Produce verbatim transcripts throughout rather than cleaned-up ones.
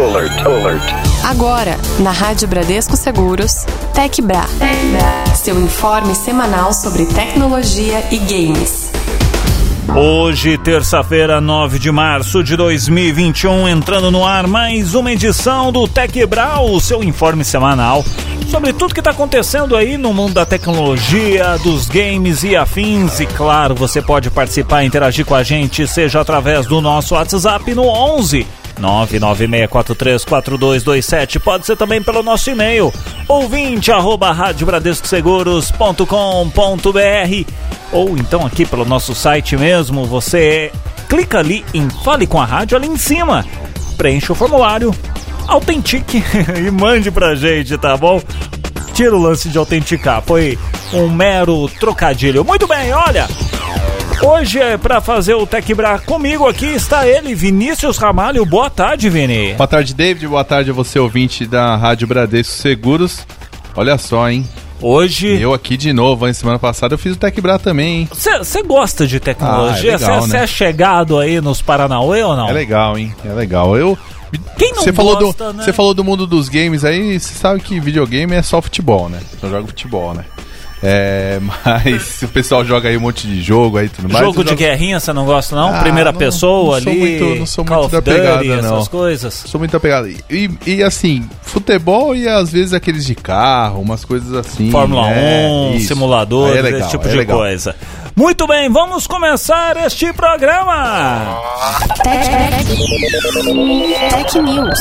Alert, alert. Agora, na Rádio Bradesco Seguros, TecBra. TecBra. Seu informe semanal sobre tecnologia e games. Hoje, terça-feira, nove de março de dois mil e vinte e um, entrando no ar mais uma edição do TecBra, o seu informe semanal sobre tudo que está acontecendo aí no mundo da tecnologia, dos games e afins. E claro, você pode participar e interagir com a gente, seja através do nosso WhatsApp no onze nove nove seis quatro três quatro dois dois sete, pode ser também pelo nosso e-mail ouvinte arroba rádio bradesco seguros ponto com ponto br, ou então aqui pelo nosso site mesmo. Você clica ali em Fale com a Rádio ali em cima, preenche o formulário, autentique e mande pra gente, tá bom? Tira o lance de autenticar, foi um mero trocadilho. Muito bem, olha, hoje é pra fazer o TecBra comigo aqui, está ele, Vinícius Ramalho. Boa tarde, Vini. Boa tarde, David. Boa tarde a você, ouvinte da Rádio Bradesco Seguros. Olha só, hein? Hoje... Eu aqui de novo, hein? Semana passada eu fiz o TecBra também, hein? Você gosta de tecnologia? Você ah, é, né? é chegado aí nos Paranauê ou não? É legal, hein? É legal. Eu... Quem não Você falou, gosta, do, né? Você falou do mundo dos games aí, você sabe que videogame é só futebol, né? Só joga futebol, né? É, mas o pessoal joga aí um monte de jogo aí, tudo mais. Jogo de joga... guerrinha você não gosta não? Ah, Primeira não, pessoa não sou ali, muito, não sou Call muito of da pegada, Duty, não. essas coisas. Sou muito apegado. E, e assim, futebol e às vezes aqueles de carro, umas coisas assim. Fórmula né? um, Isso. simuladores, é legal, esse tipo é de legal. coisa. Muito bem, vamos começar este programa. Tech, Tech News.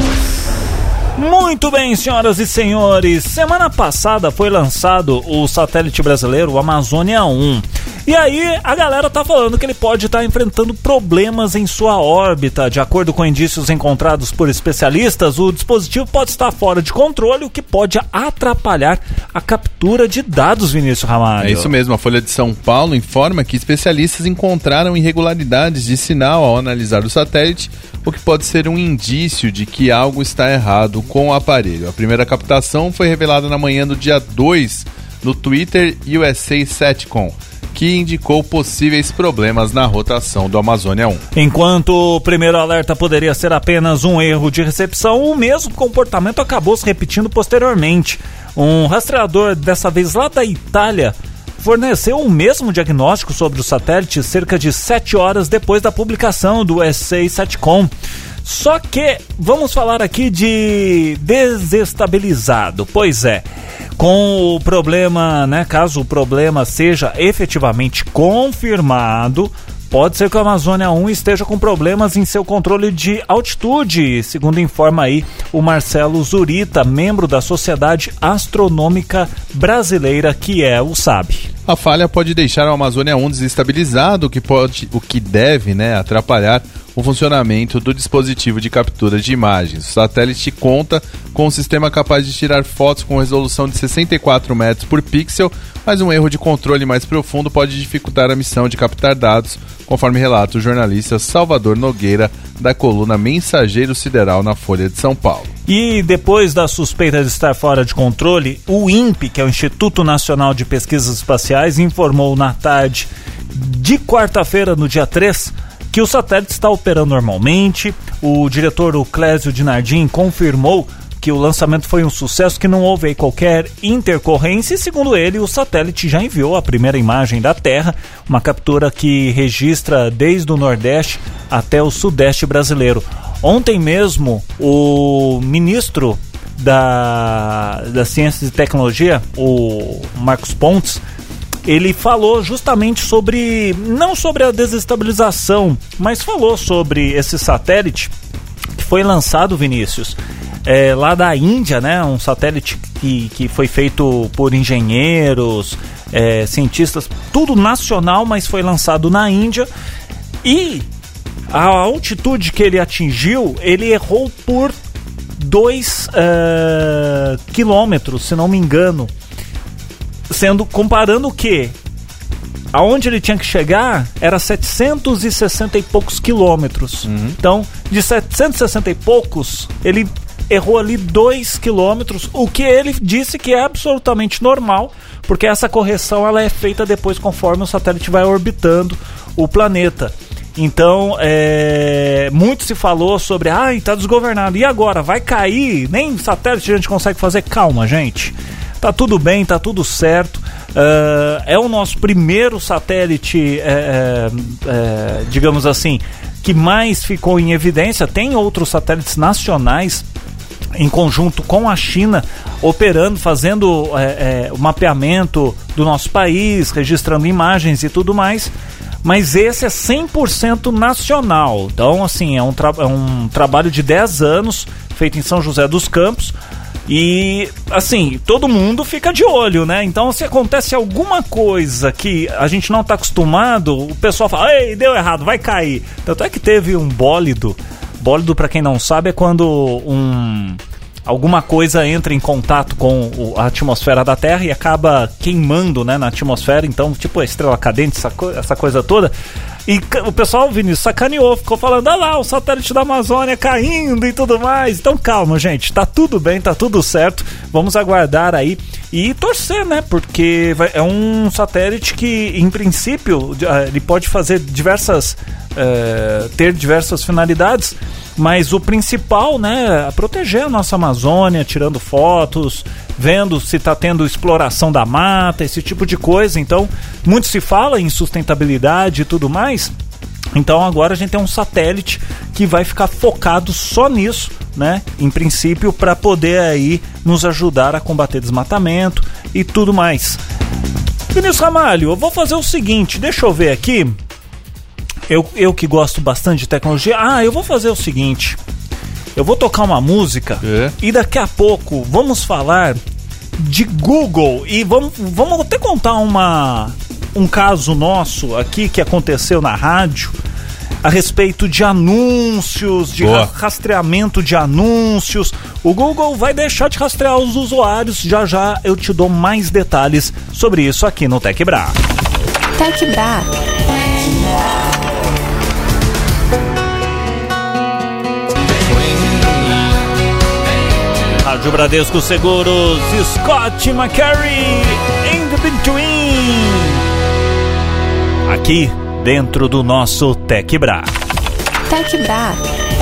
Muito bem, senhoras e senhores, semana passada foi lançado o satélite brasileiro, o Amazônia um. E aí a galera tá falando que ele pode estar enfrentando problemas em sua órbita. De acordo com indícios encontrados por especialistas, o dispositivo pode estar fora de controle, o que pode atrapalhar a captura de dados, Vinícius Ramalho. É isso mesmo, a Folha de São Paulo informa que especialistas encontraram irregularidades de sinal ao analisar o satélite, o que pode ser um indício de que algo está errado com o aparelho. A primeira captação foi revelada na manhã do dia dois no Twitter U S A Satcom, que indicou possíveis problemas na rotação do Amazônia um. Enquanto o primeiro alerta poderia ser apenas um erro de recepção, o mesmo comportamento acabou se repetindo posteriormente. Um rastreador, dessa vez lá da Itália, forneceu o mesmo diagnóstico sobre o satélite cerca de sete horas depois da publicação do U S A Satcom. Só que vamos falar aqui de desestabilizado. Pois é, com o problema, né, caso o problema seja efetivamente confirmado, pode ser que o Amazônia um esteja com problemas em seu controle de altitude, segundo informa aí o Marcelo Zurita, membro da Sociedade Astronômica Brasileira, que é o S A B. A falha pode deixar o Amazônia um desestabilizado, o que, pode, o que deve, né, atrapalhar o funcionamento do dispositivo de captura de imagens. O satélite conta com um sistema capaz de tirar fotos com resolução de sessenta e quatro metros por pixel, mas um erro de controle mais profundo pode dificultar a missão de captar dados, conforme relata o jornalista Salvador Nogueira, da coluna Mensageiro Sideral na Folha de São Paulo. E depois da suspeita de estar fora de controle, o INPE, que é o Instituto Nacional de Pesquisas Espaciais, informou na tarde de quarta-feira, no dia três, que o satélite está operando normalmente. O diretor, o Clésio Dinardim, confirmou que o lançamento foi um sucesso, que não houve aí qualquer intercorrência, e segundo ele, o satélite já enviou a primeira imagem da Terra, uma captura que registra desde o Nordeste até o Sudeste brasileiro. Ontem mesmo, o ministro da, da Ciência e Tecnologia, o Marcos Pontes, ele falou justamente sobre, não sobre a desestabilização, mas falou sobre esse satélite que foi lançado, Vinícius, é, lá da Índia, né? Um satélite que, que foi feito por engenheiros, é, cientistas, tudo nacional, mas foi lançado na Índia. E a altitude que ele atingiu, ele errou por dois uh, quilômetros, se não me engano. Sendo, comparando o quê? Aonde ele tinha que chegar era setecentos e sessenta e poucos quilômetros. Uhum. Então, de setecentos e sessenta e poucos, ele errou ali dois quilômetros, o que ele disse que é absolutamente normal, porque essa correção ela é feita depois conforme o satélite vai orbitando o planeta. Então, é, muito se falou sobre, ai, tá desgovernado, e agora, vai cair, nem satélite a gente consegue fazer. Calma, gente, tá tudo bem, tá tudo certo. Uh, é o nosso primeiro satélite, é, é, digamos assim, que mais ficou em evidência. Tem outros satélites nacionais em conjunto com a China, operando, fazendo é, é, o mapeamento do nosso país, registrando imagens e tudo mais, mas esse é cem por cento nacional. Então, assim, é um, tra- é um trabalho de dez anos, feito em São José dos Campos, e, assim, todo mundo fica de olho, né? Então, se acontece alguma coisa que a gente não está acostumado, o pessoal fala, ei, deu errado, vai cair. Tanto é que teve um bólido. Bólido, para quem não sabe, é quando um, alguma coisa entra em contato com o, a atmosfera da Terra e acaba queimando, né, na atmosfera. Então, tipo a estrela cadente, essa, co- essa coisa toda. E o pessoal, Vinícius, sacaneou, ficou falando, ah lá, o satélite da Amazônia caindo e tudo mais. Então calma, gente, tá tudo bem, tá tudo certo. Vamos aguardar aí e torcer, né? Porque vai, é um satélite que, em princípio, ele pode fazer diversas... É, ter diversas finalidades, mas o principal, né, é proteger a nossa Amazônia, tirando fotos, vendo se está tendo exploração da mata, esse tipo de coisa. Então, muito se fala em sustentabilidade e tudo mais. Então agora a gente tem um satélite que vai ficar focado só nisso, né, em princípio, para poder aí nos ajudar a combater desmatamento e tudo mais. Vinícius Ramalho, eu vou fazer o seguinte, deixa eu ver aqui. Eu, eu que gosto bastante de tecnologia, ah, eu vou fazer o seguinte, eu vou tocar uma música é. e daqui a pouco vamos falar de Google e vamos, vamos até contar uma, um caso nosso aqui que aconteceu na rádio a respeito de anúncios, de ra- rastreamento de anúncios. O Google vai deixar de rastrear os usuários, já já eu te dou mais detalhes sobre isso aqui no TecBra. TecBra. Rádio Bradesco Seguros, Scott McCarry, In The Between, aqui dentro do nosso TecBra. TecBra.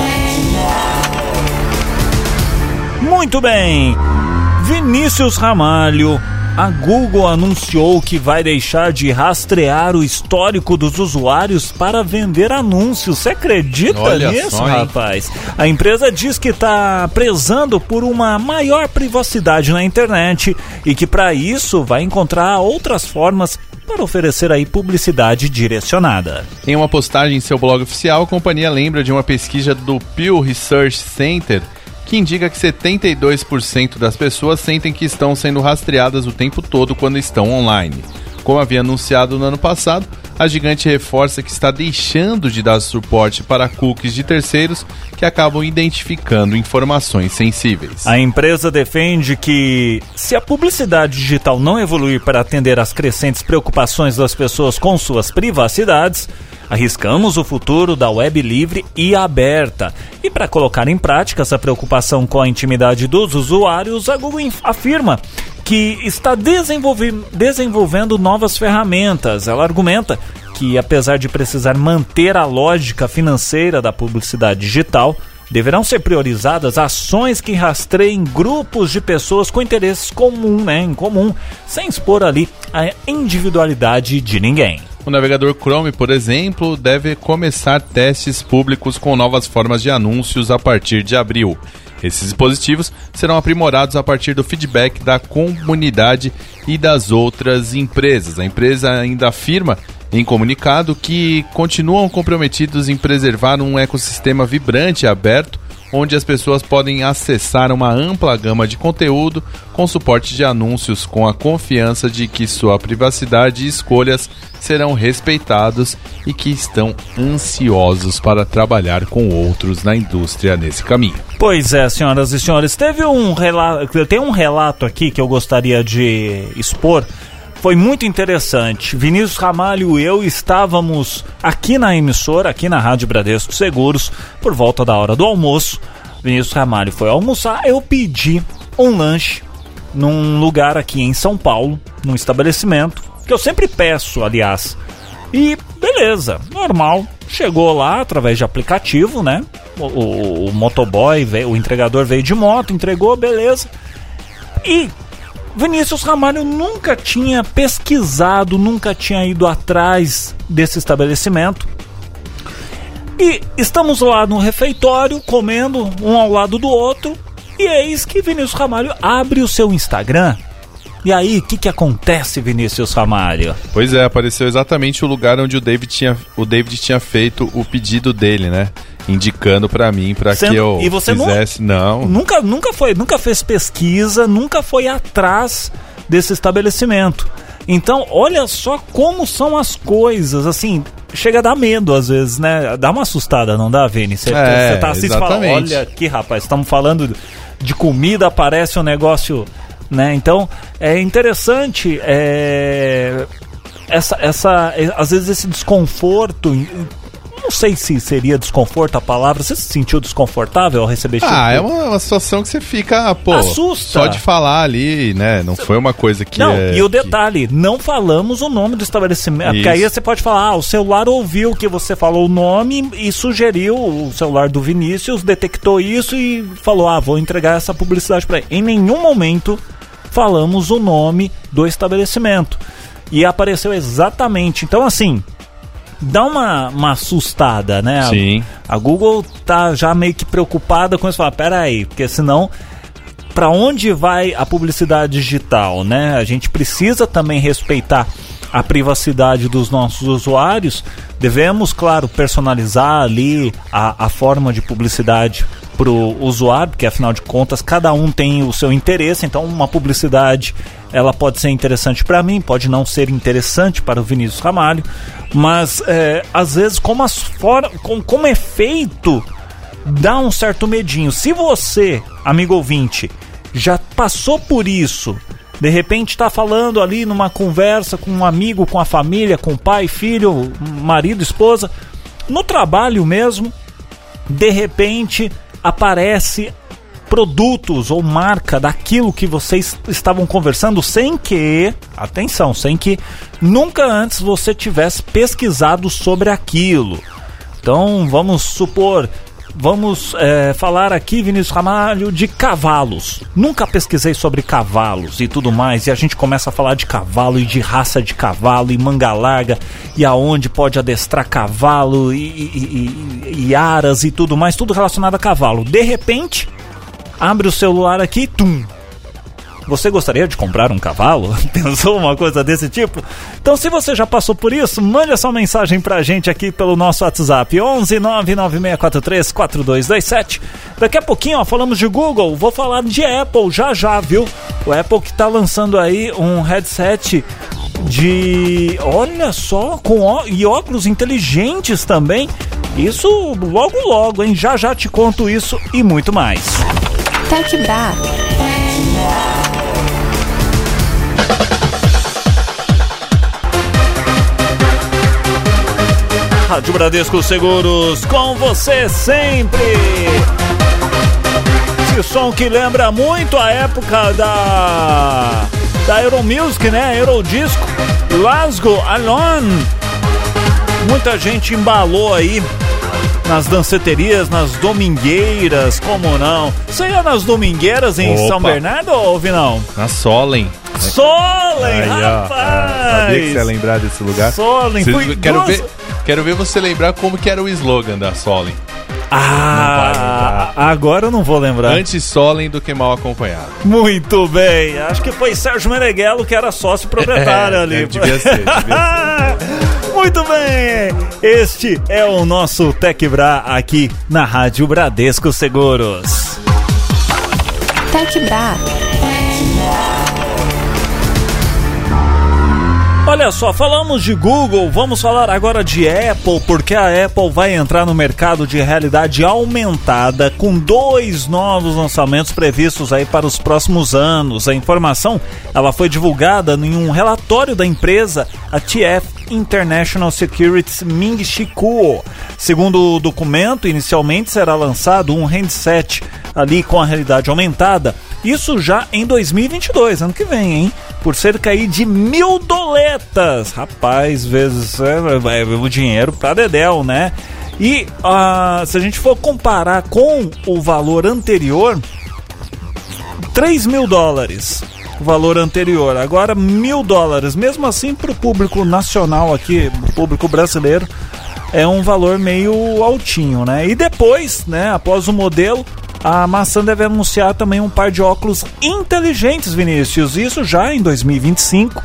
Muito bem, Vinícius Ramalho, a Google anunciou que vai deixar de rastrear o histórico dos usuários para vender anúncios. Você acredita Olha nisso, só, rapaz? A empresa diz que está prezando por uma maior privacidade na internet e que para isso vai encontrar outras formas para oferecer aí publicidade direcionada. Em uma postagem em seu blog oficial, a companhia lembra de uma pesquisa do Pew Research Center que indica que setenta e dois por cento das pessoas sentem que estão sendo rastreadas o tempo todo quando estão online. Como havia anunciado no ano passado, a gigante reforça que está deixando de dar suporte para cookies de terceiros que acabam identificando informações sensíveis. A empresa defende que, se a publicidade digital não evoluir para atender às crescentes preocupações das pessoas com suas privacidades, arriscamos o futuro da web livre e aberta. E para colocar em prática essa preocupação com a intimidade dos usuários, a Google afirma que está desenvolve- desenvolvendo novas ferramentas. Ela argumenta que, apesar de precisar manter a lógica financeira da publicidade digital, deverão ser priorizadas ações que rastreiem grupos de pessoas com interesses comum, né, em comum, sem expor ali a individualidade de ninguém. O navegador Chrome, por exemplo, deve começar testes públicos com novas formas de anúncios a partir de abril. Esses dispositivos serão aprimorados a partir do feedback da comunidade e das outras empresas. A empresa ainda afirma em comunicado que continuam comprometidos em preservar um ecossistema vibrante e aberto, onde as pessoas podem acessar uma ampla gama de conteúdo com suporte de anúncios, com a confiança de que sua privacidade e escolhas serão respeitados e que estão ansiosos para trabalhar com outros na indústria nesse caminho. Pois é, senhoras e senhores, teve um relato, tem um relato aqui que eu gostaria de expor. Foi muito interessante. Vinícius Ramalho e eu estávamos aqui na emissora, aqui na Rádio Bradesco Seguros, por volta da hora do almoço. Vinícius Ramalho foi almoçar, eu pedi um lanche num lugar aqui em São Paulo, num estabelecimento, que eu sempre peço, aliás. E beleza, normal, chegou lá através de aplicativo, né? O, o, o motoboy, veio, o entregador veio de moto, entregou, beleza. E Vinícius Ramalho nunca tinha pesquisado, nunca tinha ido atrás desse estabelecimento. E estamos lá no refeitório, comendo um ao lado do outro, e eis que Vinícius Ramalho abre o seu Instagram. E aí, o que, que acontece, Vinícius Ramalho? Pois é, apareceu exatamente o lugar onde o David tinha, o David tinha feito o pedido dele, né? Indicando pra mim, pra Sendo, que eu e você fizesse... Não, não. Nunca, nunca, foi, nunca fez pesquisa, nunca foi atrás desse estabelecimento. Então, olha só como são as coisas, assim... Chega a dar medo às vezes, né? Dá uma assustada, não dá, Vini? Você é, tá assim e fala, olha aqui, rapaz, estamos falando de comida, parece um negócio, né? Então, é interessante, é... Essa, essa, às vezes esse desconforto... Não sei se seria desconforto a palavra. Você se sentiu desconfortável ao receber tipo? Ah, é uma, uma situação que você fica, pô, assusta. Só de falar ali, né? Não foi uma coisa que... Não, é, e o detalhe, que... não falamos o nome do estabelecimento. Isso. Porque aí você pode falar, ah, o celular ouviu que você falou o nome e sugeriu, o celular do Vinícius detectou isso e falou, ah, vou entregar essa publicidade pra ele. Em nenhum momento falamos o nome do estabelecimento. E apareceu exatamente. Então, assim... Dá uma, uma assustada, né? Sim. A, a Google tá já meio que preocupada com isso. Fala, pera aí, porque senão, para onde vai a publicidade digital, né? A gente precisa também respeitar a privacidade dos nossos usuários. Devemos, claro, personalizar ali a, a forma de publicidade para o usuário, porque afinal de contas cada um tem o seu interesse. Então uma publicidade ela pode ser interessante para mim, pode não ser interessante para o Vinícius Ramalho, mas é, às vezes como, as for- como, como é feito, dá um certo medinho. Se você, amigo ouvinte, já passou por isso, de repente está falando ali numa conversa com um amigo, com a família, com pai, filho, marido, esposa, no trabalho mesmo, de repente aparece produtos ou marca daquilo que vocês estavam conversando sem que, atenção, sem que nunca antes você tivesse pesquisado sobre aquilo. Então vamos supor, vamos é, falar aqui, Vinícius Ramalho, de cavalos. Nunca pesquisei sobre cavalos e tudo mais, e a gente começa a falar de cavalo e de raça de cavalo e manga larga e aonde pode adestrar cavalo e, e, e, e aras e tudo mais, tudo relacionado a cavalo. De repente, abre o celular aqui, tum! Você gostaria de comprar um cavalo? Pensou uma coisa desse tipo? Então, se você já passou por isso, mande a sua mensagem pra gente aqui pelo nosso WhatsApp onze nove nove seis quatro três quatro dois dois sete. Daqui a pouquinho, ó, falamos de Google, vou falar de Apple já já, viu? O Apple que tá lançando aí um headset de... Olha só, com ó... e óculos inteligentes também. Isso logo logo, hein? Já já te conto isso e muito mais. TecBra. Rádio Bradesco Seguros, com você sempre. Esse som que lembra muito a época da da Euromusic, né? Eurodisco, Glasgow, Alone. Muita gente embalou aí nas danceterias, nas domingueiras, como não? Você ia nas domingueiras em Opa. São Bernardo ou Vinão? Na Solen. Solen, aí, rapaz! Ó, sabia que você ia lembrar desse lugar? Solen, Cês, fui quero, duas... ver, quero ver você lembrar como que era o slogan da Solen. Ah, agora eu não vou lembrar. Antes Solen do que mal acompanhado. Muito bem, acho que foi Sérgio Meneghello que era sócio proprietário é, ali. É, devia ser, devia ser. Muito bem, este é o nosso TecBra aqui na Rádio Bradesco Seguros. TecBra. Olha só, falamos de Google, vamos falar agora de Apple, porque a Apple vai entrar no mercado de realidade aumentada com dois novos lançamentos previstos aí para os próximos anos. A informação ela foi divulgada em um relatório da empresa, a T F International Securities Ming-Chi Kuo. Segundo o documento, inicialmente será lançado um handset ali com a realidade aumentada, isso já em dois mil e vinte e dois, ano que vem, hein? Por cerca aí de mil doletas. Rapaz, vezes é, vai o dinheiro pra dedéu, né? E uh, se a gente for comparar com o valor anterior, três mil dólares o valor anterior, agora mil dólares. Mesmo assim, para o público nacional aqui, público brasileiro, é um valor meio altinho, né? E depois, né, após o modelo, a maçã deve anunciar também um par de óculos inteligentes, Vinícius, isso já em dois mil e vinte e cinco,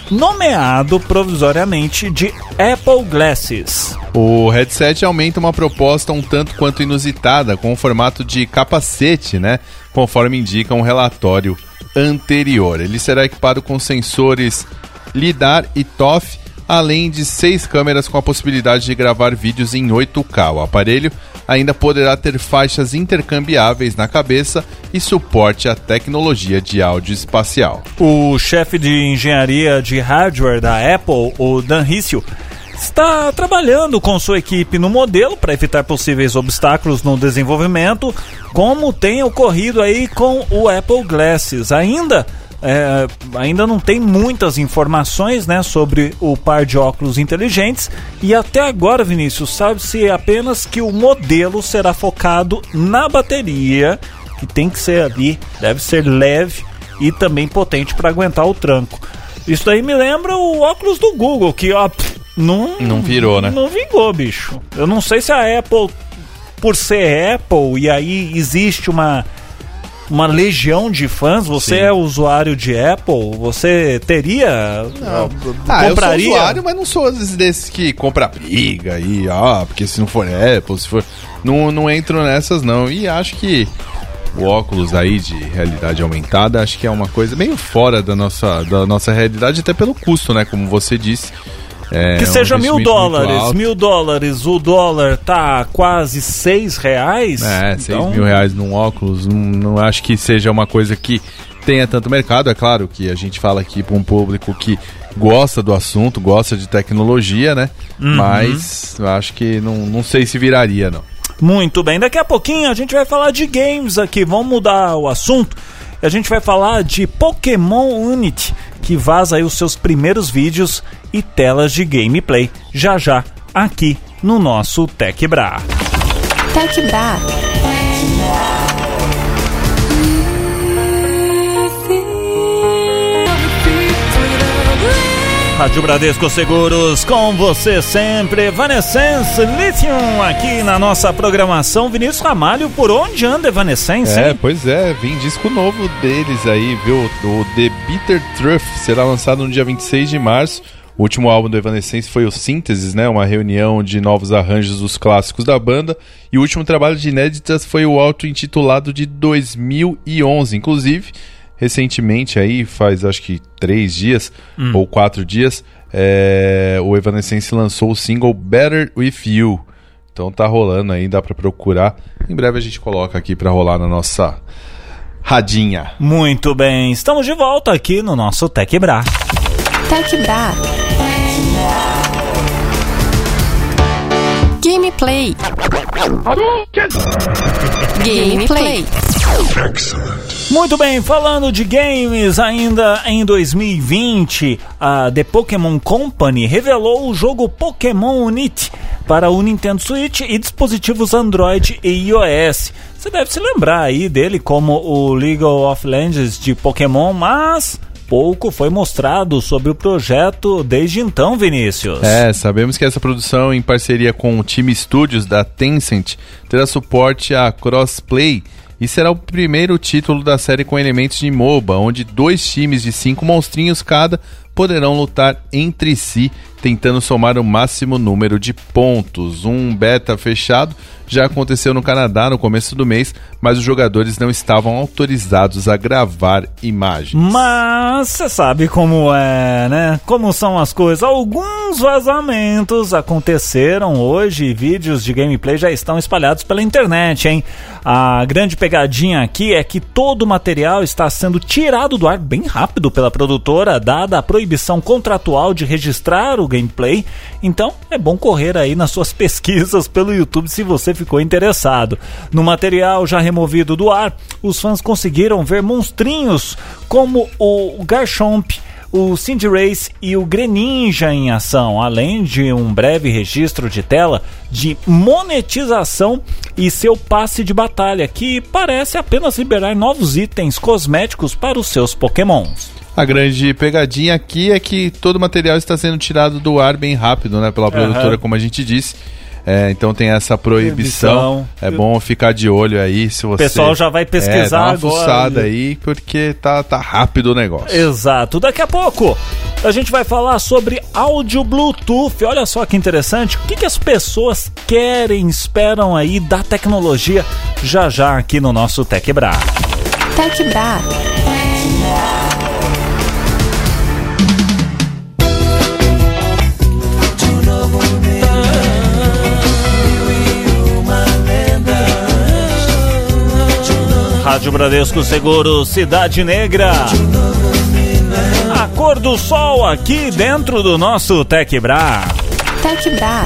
nomeado provisoriamente de Apple Glasses. O headset aumenta uma proposta um tanto quanto inusitada, com o formato de capacete, né? Conforme indica um relatório anterior. Ele será equipado com sensores LiDAR e T O F, além de seis câmeras com a possibilidade de gravar vídeos em oito K. O aparelho ainda poderá ter faixas intercambiáveis na cabeça e suporte à tecnologia de áudio espacial. O chefe de engenharia de hardware da Apple, o Dan Hsiu, está trabalhando com sua equipe no modelo para evitar possíveis obstáculos no desenvolvimento, como tem ocorrido aí com o Apple Glasses. Ainda, é, ainda não tem muitas informações, né, sobre o par de óculos inteligentes, e até agora, Vinícius, sabe-se apenas que o modelo será focado na bateria, que tem que ser ali, deve ser leve e também potente para aguentar o tranco. Isso daí me lembra o óculos do Google, que ó, não, não virou, né? Não vingou, bicho. Eu não sei se a Apple, por ser Apple, e aí existe uma, uma legião de fãs, você Sim. é usuário de Apple, você teria... Não. Ah, compraria? Eu sou usuário, mas não sou desses que compra briga aí, ah, porque se não for Apple, se for... Não, não entro nessas, não. E acho que o óculos aí de realidade aumentada, acho que é uma coisa meio fora da nossa, da nossa realidade, até pelo custo, né? Como você disse. É, que um seja mil dólares, mil dólares, o dólar tá quase seis reais. É, seis então... mil reais num óculos, não, não acho que seja uma coisa que tenha tanto mercado. É claro que a gente fala aqui para um público que gosta do assunto, gosta de tecnologia, né? Uhum. Mas eu acho que não, não sei se viraria, não. Muito bem, daqui a pouquinho a gente vai falar de games aqui, vamos mudar o assunto. A gente vai falar de Pokémon Unity, que vaza aí os seus primeiros vídeos e telas de gameplay, já já, aqui no nosso TecBra. TecBra. Rádio Bradesco Seguros, com você sempre, Evanescence Lithium, aqui na nossa programação. Vinícius Ramalho, por onde anda Evanescence? É, hein? Pois é, vem disco novo deles aí, viu? O The Bitter Truth será lançado no dia vinte e seis de março. O último álbum do Evanescence foi o Synthesis, né? Uma reunião de novos arranjos dos clássicos da banda. E o último trabalho de inéditas foi o auto-intitulado de dois mil e onze, inclusive... Recentemente, aí faz acho que três dias hum. ou quatro dias, é, o Evanescence lançou o single Better With You. Então tá rolando aí, dá pra procurar. Em breve a gente coloca aqui pra rolar na nossa radinha. Muito bem, estamos de volta aqui no nosso TecBra. TecBra. Gameplay. Gameplay. Muito bem, falando de games, ainda em dois mil e vinte, a The Pokémon Company revelou o jogo Pokémon Unity para o Nintendo Switch e dispositivos Android e iOS. Você deve se lembrar aí dele como o League of Legends de Pokémon, mas pouco foi mostrado sobre o projeto desde então, Vinícius. É, sabemos que essa produção, em parceria com o Team Studios da Tencent, terá suporte a crossplay e será o primeiro título da série com elementos de MOBA, onde dois times de cinco monstrinhos cada poderão lutar entre si, tentando somar o máximo número de pontos. Um beta fechado já aconteceu no Canadá no começo do mês, mas os jogadores não estavam autorizados a gravar imagens. Mas você sabe como é, né? Como são as coisas. Alguns vazamentos aconteceram hoje e vídeos de gameplay já estão espalhados pela internet, hein? A grande pegadinha aqui é que todo o material está sendo tirado do ar bem rápido pela produtora, dada a proibição proibição contratual de registrar o gameplay, então é bom correr aí nas suas pesquisas pelo YouTube se você ficou interessado. No material já removido do ar, os fãs conseguiram ver monstrinhos como o Garchomp, o Cinderace e o Greninja em ação, além de um breve registro de tela de monetização e seu passe de batalha, que parece apenas liberar novos itens cosméticos para os seus pokémons. A grande pegadinha aqui é que todo o material está sendo tirado do ar bem rápido, né, pela produtora, uhum. como a gente disse. É, então tem essa proibição. proibição. É bom ficar de olho aí se você... O pessoal já vai pesquisar é, dá uma agora. Fuçada aí, porque tá, tá rápido o negócio. Exato. Daqui a pouco a gente vai falar sobre áudio Bluetooth. Olha só que interessante. O que, que as pessoas querem, esperam aí da tecnologia já já aqui no nosso TecBra. TecBra. Rádio Bradesco Seguros, Cidade Negra. A cor do sol aqui dentro do nosso TecBra. TecBra.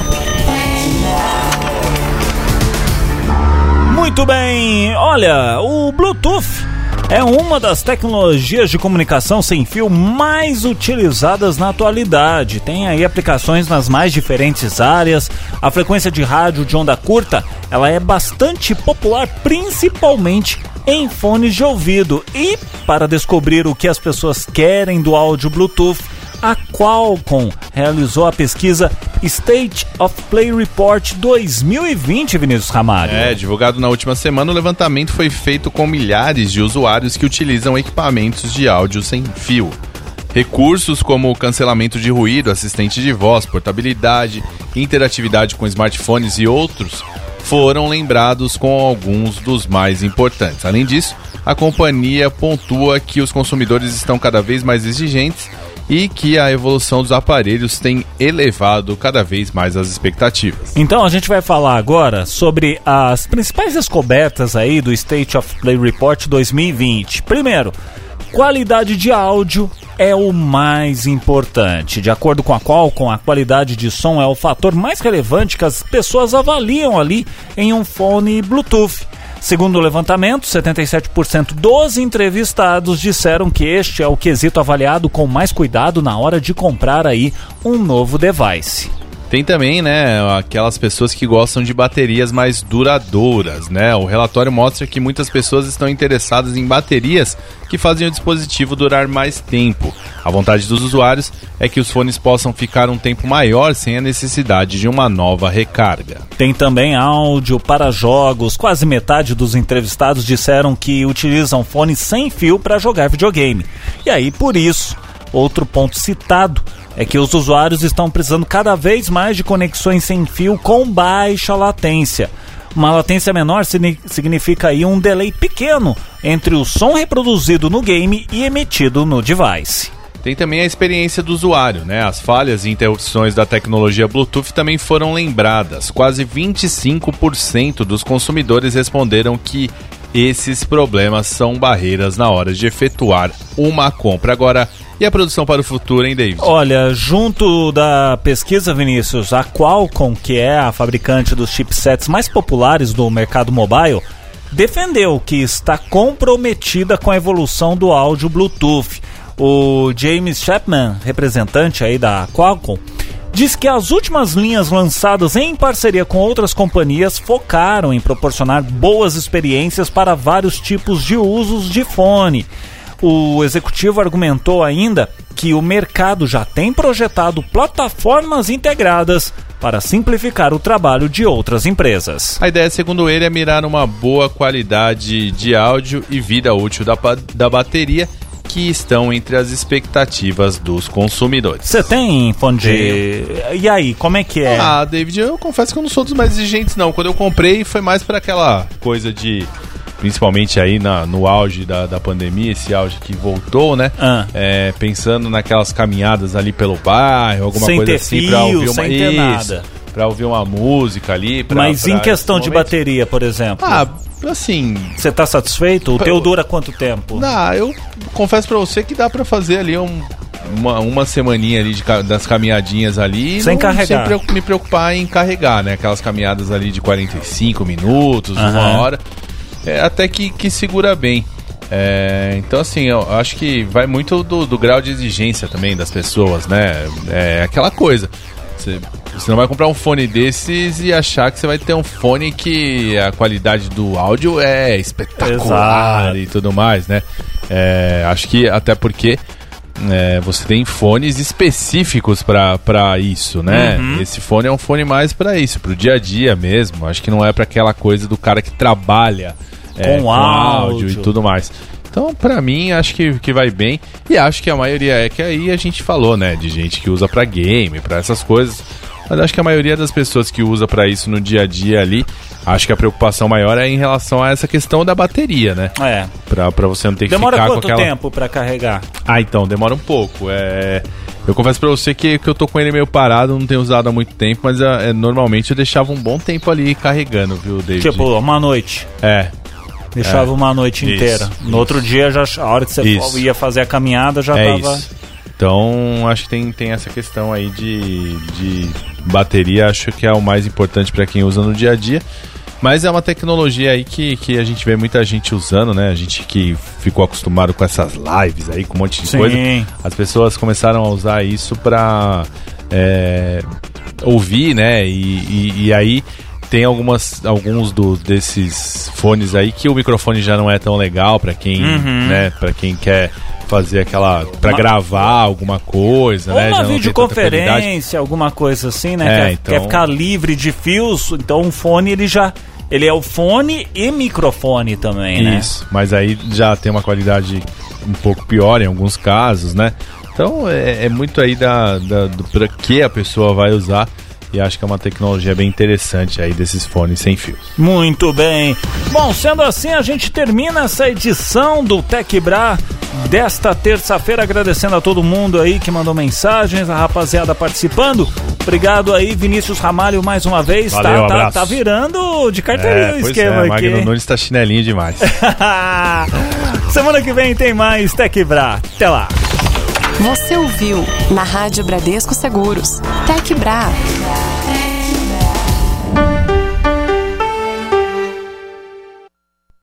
Muito bem, olha, o Bluetooth é uma das tecnologias de comunicação sem fio mais utilizadas na atualidade. Tem aí aplicações nas mais diferentes áreas. A frequência de rádio de onda curta, ela é bastante popular, principalmente em fones de ouvido. E para descobrir o que as pessoas querem do áudio Bluetooth, a Qualcomm realizou a pesquisa State of Play Report dois mil e vinte, Vinícius Ramalho. É, divulgado na última semana, o levantamento foi feito com milhares de usuários que utilizam equipamentos de áudio sem fio. Recursos como o cancelamento de ruído, assistente de voz, portabilidade, interatividade com smartphones e outros foram lembrados com alguns dos mais importantes. Além disso, a companhia pontua que os consumidores estão cada vez mais exigentes e que a evolução dos aparelhos tem elevado cada vez mais as expectativas. Então a gente vai falar agora sobre as principais descobertas aí do State of Play Report dois mil e vinte. Primeiro, qualidade de áudio é o mais importante. De acordo com a Qualcomm, a qualidade de som é o fator mais relevante que as pessoas avaliam ali em um fone Bluetooth. Segundo o levantamento, setenta e sete por cento dos entrevistados disseram que este é o quesito avaliado com mais cuidado na hora de comprar aí um novo device. Tem também, né, aquelas pessoas que gostam de baterias mais duradouras, né? O relatório mostra que muitas pessoas estão interessadas em baterias que fazem o dispositivo durar mais tempo. A vontade dos usuários é que os fones possam ficar um tempo maior sem a necessidade de uma nova recarga. Tem também áudio para jogos. Quase metade dos entrevistados disseram que utilizam fones sem fio para jogar videogame. E aí, por isso, outro ponto citado é que os usuários estão precisando cada vez mais de conexões sem fio com baixa latência. Uma latência menor significa aí um delay pequeno entre o som reproduzido no game e emitido no device. Tem também a experiência do usuário, né? As falhas e interrupções da tecnologia Bluetooth também foram lembradas. Quase vinte e cinco por cento dos consumidores responderam que esses problemas são barreiras na hora de efetuar uma compra. Agora, e a produção para o futuro, hein, David? Olha, junto da pesquisa, Vinícius, a Qualcomm, que é a fabricante dos chipsets mais populares do mercado mobile, defendeu que está comprometida com a evolução do áudio Bluetooth. O James Chapman, representante aí da Qualcomm, diz que as últimas linhas lançadas em parceria com outras companhias focaram em proporcionar boas experiências para vários tipos de usos de fone. O executivo argumentou ainda que o mercado já tem projetado plataformas integradas para simplificar o trabalho de outras empresas. A ideia, segundo ele, é mirar uma boa qualidade de áudio e vida útil da, da bateria, que estão entre as expectativas dos consumidores. Você tem fone de... E aí, como é que é? Ah, David, eu confesso que eu não sou dos mais exigentes, não. Quando eu comprei, foi mais para aquela coisa de... Principalmente aí na, no auge da, da pandemia, esse auge que voltou, né? Ah. É, pensando naquelas caminhadas ali pelo bairro, alguma sem coisa ter assim, fio, pra ouvir uma... sem ter nada. Pra ouvir uma música ali. Pra, Mas pra em questão de momento... bateria, por exemplo? Ah, assim... Você tá satisfeito? O teu dura quanto tempo? Não, eu confesso pra você que dá pra fazer ali um... uma, uma semaninha ali de, das caminhadinhas ali. Sem carregar. Sem me preocupar em carregar, né? Aquelas caminhadas ali de quarenta e cinco minutos, uhum. uma hora. É, até que, que segura bem. É, então, assim, eu acho que vai muito do, do grau de exigência também das pessoas, né? É aquela coisa. Você, você não vai comprar um fone desses e achar que você vai ter um fone que a qualidade do áudio é espetacular. Exato. E tudo mais, né? É, acho que até porque é, você tem fones específicos para isso, né? Uhum. Esse fone é um fone mais para isso, para o dia a dia mesmo. Acho que não é para aquela coisa do cara que trabalha com, é, com áudio. áudio e tudo mais. Então, pra mim, acho que, que vai bem. E acho que a maioria é que aí a gente falou, né? De gente que usa pra game, pra essas coisas. Mas acho que a maioria das pessoas que usa pra isso no dia a dia ali, acho que a preocupação maior é em relação a essa questão da bateria, né? É. Pra, pra você não ter que demora ficar com aquela... Demora quanto tempo pra carregar? Ah, então, demora um pouco. É... Eu confesso pra você que, que eu tô com ele meio parado, não tenho usado há muito tempo, mas é, normalmente eu deixava um bom tempo ali carregando, viu, David? Tipo, uma noite. É. Deixava é, uma noite inteira. Isso, no isso. outro dia, já, a hora que você isso. ia fazer a caminhada, já é tava... Isso. Então, acho que tem, tem essa questão aí de, de bateria, acho que é o mais importante para quem usa no dia a dia. Mas é uma tecnologia aí que, que a gente vê muita gente usando, né? A gente que ficou acostumado com essas lives aí, com um monte de Sim. coisa. As pessoas começaram a usar isso para é, ouvir, né? E, e, e aí... Tem algumas, alguns do, desses fones aí que o microfone já não é tão legal para quem, uhum. né, para quem quer fazer aquela, para gravar alguma coisa, ou né? uma videoconferência, alguma coisa assim, né? É, quer, então... quer ficar livre de fios, então um fone ele já, ele é o fone e microfone também, né? Isso, mas aí já tem uma qualidade um pouco pior em alguns casos, né? Então é, é muito aí da, da, do para que a pessoa vai usar. E acho que é uma tecnologia bem interessante aí desses fones sem fios. Muito bem. Bom, sendo assim, a gente termina essa edição do TecBra desta terça-feira, agradecendo a todo mundo aí que mandou mensagens, a rapaziada participando. Obrigado aí, Vinícius Ramalho, mais uma vez. Valeu, tá, tá, tá virando de carteirinha é, o esquema é, aqui. Magno Nunes tá chinelinho demais. Semana que vem tem mais TecBra. Até lá. Você ouviu na Rádio Bradesco Seguros, TecBra.